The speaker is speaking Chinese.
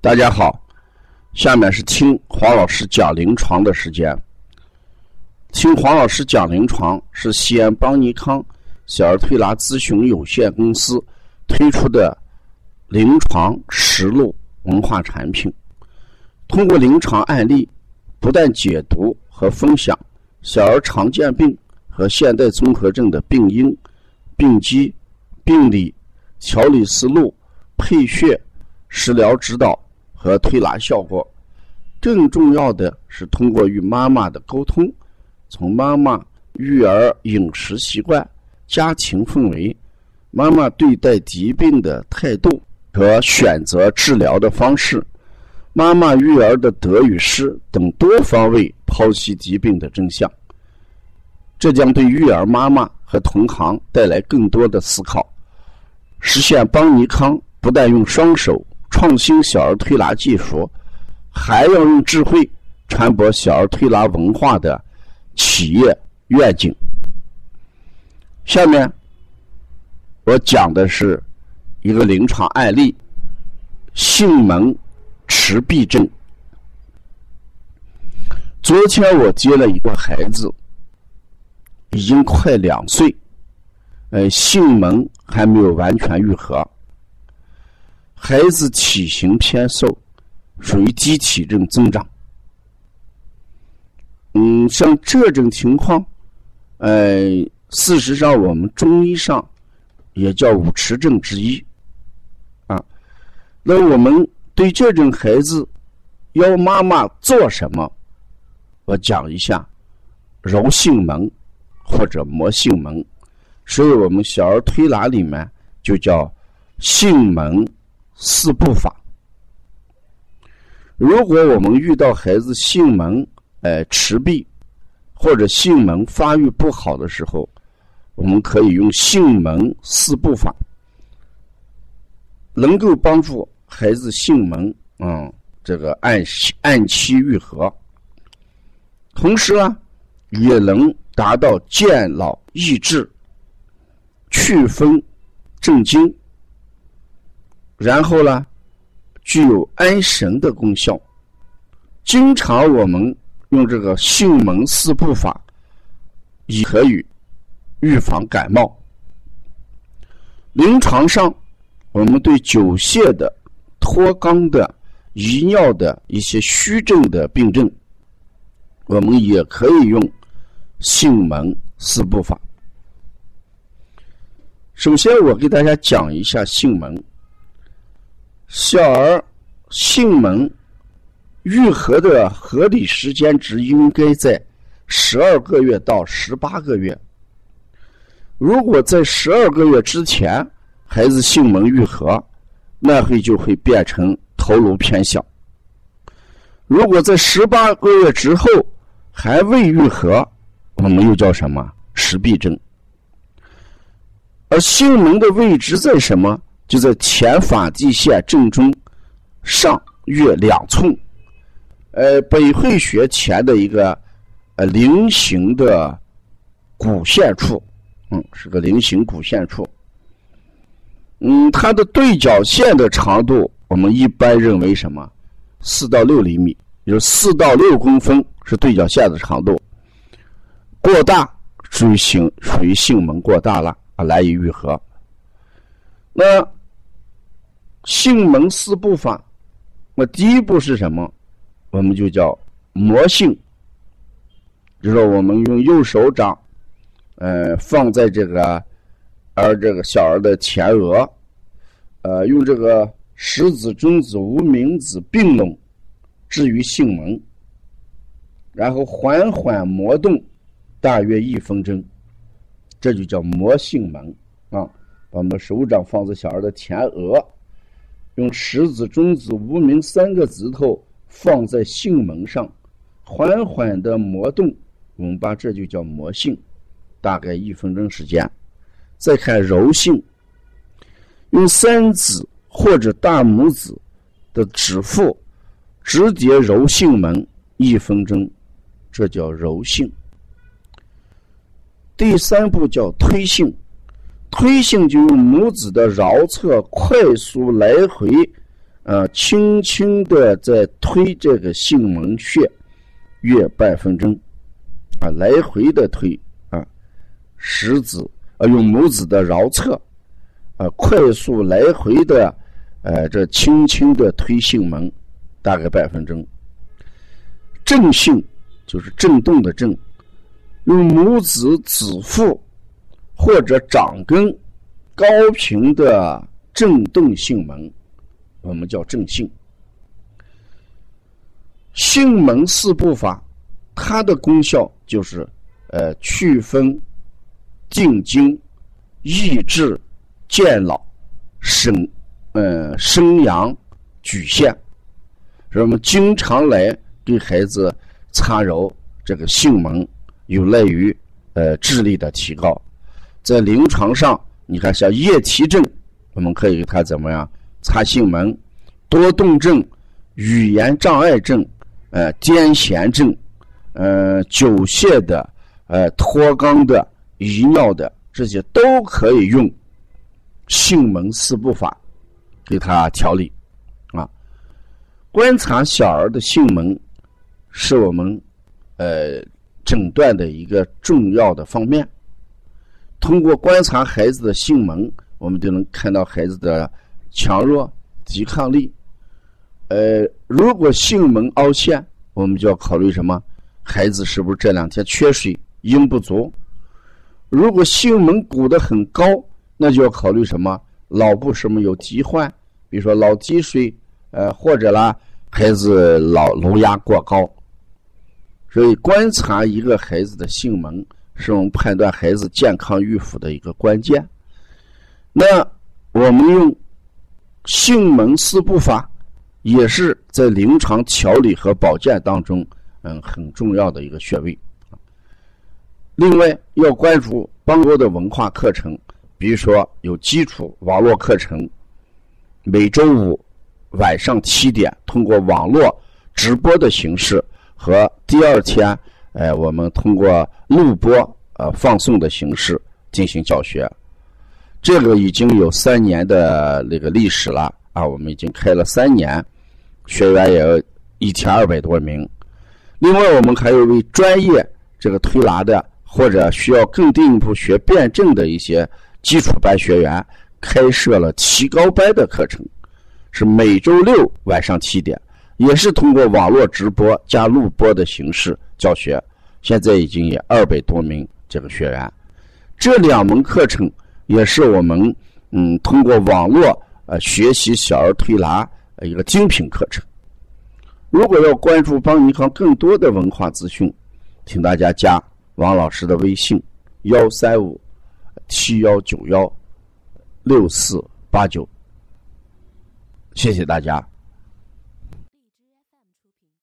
大家好，下面是听黄老师讲临床的时间。听黄老师讲临床是西安邦尼康小儿推拿咨询有限公司推出的临床实录文化产品，通过临床案例不但解读和分享小儿常见病和现代综合症的病因、病机、病理、调理思路、配穴、食疗指导和推拿效果，更重要的是通过与妈妈的沟通，从妈妈育儿饮食习惯、家庭氛围、妈妈对待疾病的态度和选择治疗的方式、妈妈育儿的得与失等多方位剖析疾病的真相。这将对育儿妈妈和同行带来更多的思考，实现邦尼康不但用双手创新小儿推拿技术，还要用智慧传播小儿推拿文化的企业愿景。下面我讲的是一个临床案例，囟门迟闭症。昨天我接了一个孩子，已经快2岁，囟门还没有完全愈合，孩子体型偏瘦，属于低体重增长。像这种情况，事实上我们中医上也叫五迟症之一啊。那我们对这种孩子要妈妈做什么？我讲一下揉囟门或者摩囟门，所以我们小儿推拿里面就叫囟门4步法。如果我们遇到孩子囟门迟闭或者囟门发育不好的时候，我们可以用囟门4步法，能够帮助孩子囟门这个按期愈合，同时呢也能达到健脑益智、祛风镇惊，然后呢具有安神的功效。经常我们用这个囟门4步法也可以预防感冒。临床上我们对久泻的、脱肛的、遗尿的一些虚症的病症，我们也可以用囟门4步法。首先我给大家讲一下囟门。小儿囟门愈合的合理时间值应该在12个月到18个月。如果在12个月之前孩子囟门愈合，那就会变成头颅偏小。如果在18个月之后还未愈合，我们又叫什么？迟闭症。而囟门的位置在什么？就在前发际线正中上约2寸，北会穴前的一个菱形的骨线处，是个菱形骨线处。它的对角线的长度我们一般认为什么？4到6厘米，也就是4到6公分是对角线的长度。过大属于囟门过大了，难以愈合。那囟门4步法，第一步是什么？我们就叫摩囟，就是说我们用右手掌放在这个小儿的前额，用这个食指、中指、无名指并拢置于囟门，然后缓缓摩动大约1分钟，这就叫摩囟门啊。把我们的手掌放在小儿的前额，用食指、中指、无名3个指头放在囟门上，缓缓的摩动，我们把这就叫摩囟，大概1分钟时间。再看揉囟，用3指或者大拇指的指腹直接揉囟门1分钟，这叫揉囟。第3步叫推囟，推囟就用拇指的桡侧快速来回轻轻的在推这个性门穴约半分钟，来回的推，食指用拇指的桡侧，快速来回的这轻轻的推性门，大概半分钟。震性就是震动的震，用拇指指腹或者掌根高频的震动性门，我们叫震性。性门四步法，它的功效就是祛风、定惊、抑制、健老、生阳、举陷。所以我们经常来给孩子擦揉这个性门，有赖于智力的提高。在临床上，你看像液体症，我们可以给他怎么样擦性门；多动症、语言障碍症、癫痫症、久泻的、脱肛的、遗尿的，这些都可以用性门四步法给他调理。观察小儿的性门是我们诊断的一个重要的方面。通过观察孩子的性门，我们就能看到孩子的强弱、抵抗力。如果性门凹陷，我们就要考虑什么？孩子是不是这两天缺水、阴不足？如果性门鼓得很高，那就要考虑什么？脑部是不是有疾患？比如说脑积水，或者啦，孩子颅压过高。所以观察一个孩子的性门，是我们判断孩子健康与否的一个关键。那我们用性门四步法，也是在临床调理和保健当中，很重要的一个穴位。另外，要关注邦国的文化课程，比如说有基础网络课程，每周五晚上7点，通过网络直播的形式，和第二天我们通过录播放送的形式进行教学。这个已经有3年的那个历史了我们已经开了3年，学员也有1200多名。另外我们还有为专业这个推拿的或者需要更进一步学辩证的一些基础班学员，开设了提高班的课程，是每周6晚上7点，也是通过网络直播加录播的形式教学。现在已经有200多名这个学员。这2门课程也是我们通过网络学习小儿推拿一个精品课程。如果要关注邦尼康更多的文化资讯，请大家加王老师的微信13571916489。谢谢大家。